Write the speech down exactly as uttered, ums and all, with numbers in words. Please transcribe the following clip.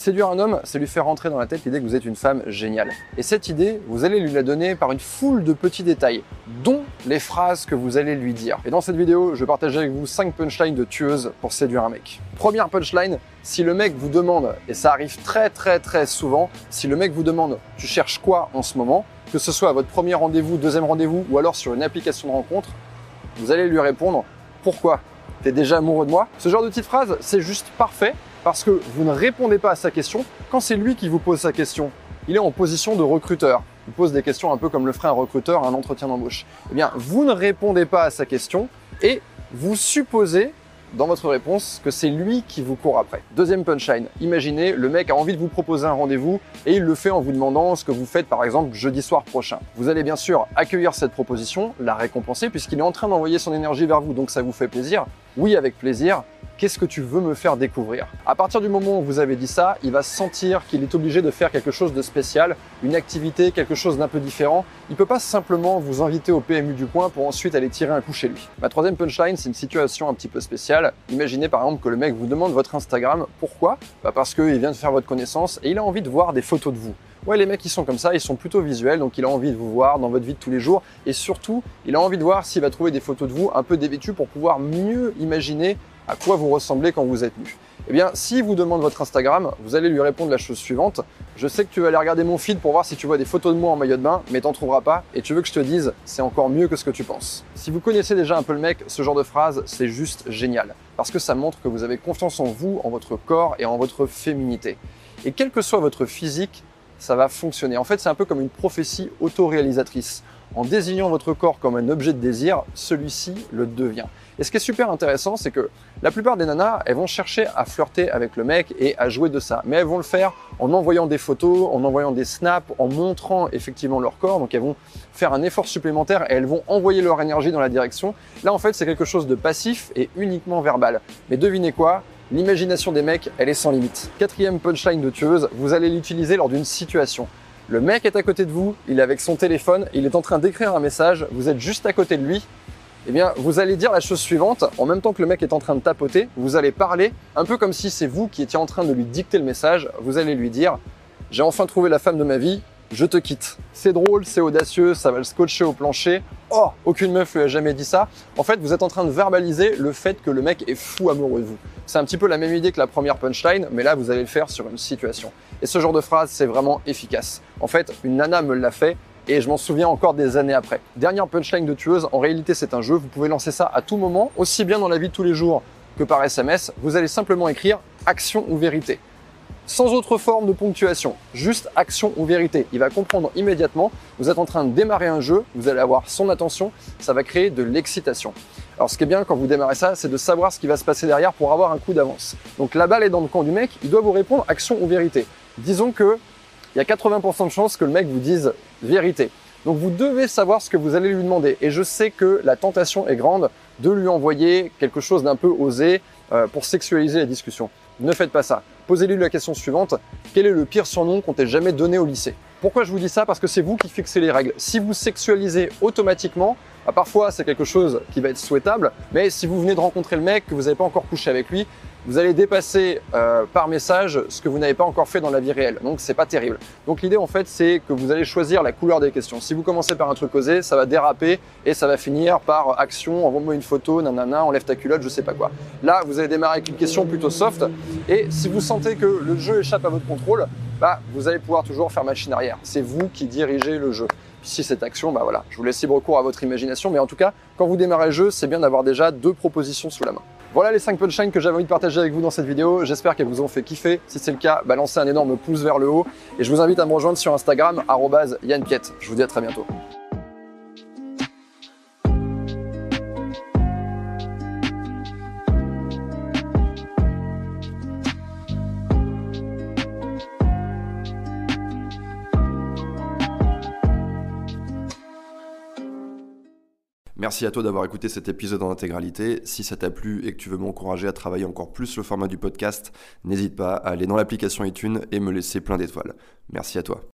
Séduire un homme, c'est lui faire rentrer dans la tête l'idée que vous êtes une femme géniale. Et cette idée, vous allez lui la donner par une foule de petits détails, dont les phrases que vous allez lui dire. Et dans cette vidéo, je vais partager avec vous cinq punchlines de tueuses pour séduire un mec. Première punchline, si le mec vous demande, et ça arrive très très très souvent, si le mec vous demande « tu cherches quoi en ce moment ?», que ce soit à votre premier rendez-vous, deuxième rendez-vous ou alors sur une application de rencontre, vous allez lui répondre « pourquoi ? T'es déjà amoureux de moi ?» Ce genre de petite phrase, c'est juste parfait parce que vous ne répondez pas à sa question quand c'est lui qui vous pose sa question. Il est en position de recruteur. Il pose des questions un peu comme le ferait un recruteur à un entretien d'embauche. Eh bien, vous ne répondez pas à sa question et vous supposez dans votre réponse que c'est lui qui vous court après. Deuxième punchline, imaginez, le mec a envie de vous proposer un rendez-vous et il le fait en vous demandant ce que vous faites par exemple jeudi soir prochain. Vous allez bien sûr accueillir cette proposition, la récompenser puisqu'il est en train d'envoyer son énergie vers vous, donc ça vous fait plaisir. Oui, avec plaisir. Qu'est-ce que tu veux me faire découvrir? À partir du moment où vous avez dit ça, il va sentir qu'il est obligé de faire quelque chose de spécial, une activité, quelque chose d'un peu différent. Il ne peut pas simplement vous inviter au P M U du coin pour ensuite aller tirer un coup chez lui. Ma troisième punchline, c'est une situation un petit peu spéciale. Imaginez par exemple que le mec vous demande votre Instagram. Pourquoi? Bah parce qu'il vient de faire votre connaissance et il a envie de voir des photos de vous. Ouais, les mecs, ils sont comme ça, ils sont plutôt visuels, donc il a envie de vous voir dans votre vie de tous les jours. Et surtout, il a envie de voir s'il va trouver des photos de vous un peu dévêtues pour pouvoir mieux imaginer à quoi vous ressemblez quand vous êtes nu. Eh bien, s'il vous demande votre Instagram, vous allez lui répondre la chose suivante. Je sais que tu vas aller regarder mon feed pour voir si tu vois des photos de moi en maillot de bain, mais t'en trouveras pas et tu veux que je te dise, c'est encore mieux que ce que tu penses. Si vous connaissez déjà un peu le mec, ce genre de phrase, c'est juste génial. Parce que ça montre que vous avez confiance en vous, en votre corps et en votre féminité. Et quel que soit votre physique, ça va fonctionner. En fait, c'est un peu comme une prophétie autoréalisatrice. En désignant votre corps comme un objet de désir, celui-ci le devient. Et ce qui est super intéressant, c'est que la plupart des nanas, elles vont chercher à flirter avec le mec et à jouer de ça. Mais elles vont le faire en envoyant des photos, en envoyant des snaps, en montrant effectivement leur corps. Donc elles vont faire un effort supplémentaire et elles vont envoyer leur énergie dans la direction. Là, en fait, c'est quelque chose de passif et uniquement verbal. Mais devinez quoi ? L'imagination des mecs, elle est sans limite. Quatrième punchline de tueuse, vous allez l'utiliser lors d'une situation. Le mec est à côté de vous, il est avec son téléphone, il est en train d'écrire un message, vous êtes juste à côté de lui. Eh bien, vous allez dire la chose suivante, en même temps que le mec est en train de tapoter, vous allez parler, un peu comme si c'est vous qui étiez en train de lui dicter le message, vous allez lui dire « J'ai enfin trouvé la femme de ma vie, je te quitte ». C'est drôle, c'est audacieux, ça va le scotcher au plancher. Oh, aucune meuf lui a jamais dit ça. En fait, vous êtes en train de verbaliser le fait que le mec est fou amoureux de vous. C'est un petit peu la même idée que la première punchline, mais là, vous allez le faire sur une situation. Et ce genre de phrase, c'est vraiment efficace. En fait, une nana me l'a fait et je m'en souviens encore des années après. Dernière punchline de tueuse, en réalité, c'est un jeu. Vous pouvez lancer ça à tout moment, aussi bien dans la vie de tous les jours que par S M S. Vous allez simplement écrire « action ou vérité ». Sans autre forme de ponctuation, juste action ou vérité. Il va comprendre immédiatement, vous êtes en train de démarrer un jeu, vous allez avoir son attention, ça va créer de l'excitation. Alors ce qui est bien quand vous démarrez ça, c'est de savoir ce qui va se passer derrière pour avoir un coup d'avance. Donc la balle est dans le camp du mec, il doit vous répondre action ou vérité. Disons que il y a quatre-vingts pour cent de chances que le mec vous dise vérité. Donc vous devez savoir ce que vous allez lui demander. Et je sais que la tentation est grande de lui envoyer quelque chose d'un peu osé euh, pour sexualiser la discussion. Ne faites pas ça. Posez-lui la question suivante. Quel est le pire surnom qu'on t'ait jamais donné au lycée? Pourquoi je vous dis ça? Parce que c'est vous qui fixez les règles. Si vous sexualisez automatiquement, bah parfois c'est quelque chose qui va être souhaitable, mais si vous venez de rencontrer le mec, que vous n'avez pas encore couché avec lui, vous allez dépasser euh, par message ce que vous n'avez pas encore fait dans la vie réelle. Donc c'est pas terrible. Donc l'idée en fait c'est que vous allez choisir la couleur des questions. Si vous commencez par un truc osé, ça va déraper et ça va finir par action, envoie-moi une photo, nanana, enlève ta culotte, je sais pas quoi. Là vous allez démarrer avec une question plutôt soft et si vous sentez que le jeu échappe à votre contrôle, bah vous allez pouvoir toujours faire machine arrière. C'est vous qui dirigez le jeu. Si cette action, bah voilà, je vous laisse libre recours à votre imagination, mais en tout cas, quand vous démarrez le jeu, c'est bien d'avoir déjà deux propositions sous la main. Voilà les cinq punchlines que j'avais envie de partager avec vous dans cette vidéo. J'espère qu'elles vous ont fait kiffer. Si c'est le cas, balancez un énorme pouce vers le haut. Et je vous invite à me rejoindre sur Instagram, arobase yann piette. Je vous dis à très bientôt. Merci à toi d'avoir écouté cet épisode en intégralité. Si ça t'a plu et que tu veux m'encourager à travailler encore plus le format du podcast, n'hésite pas à aller dans l'application iTunes et me laisser plein d'étoiles. Merci à toi.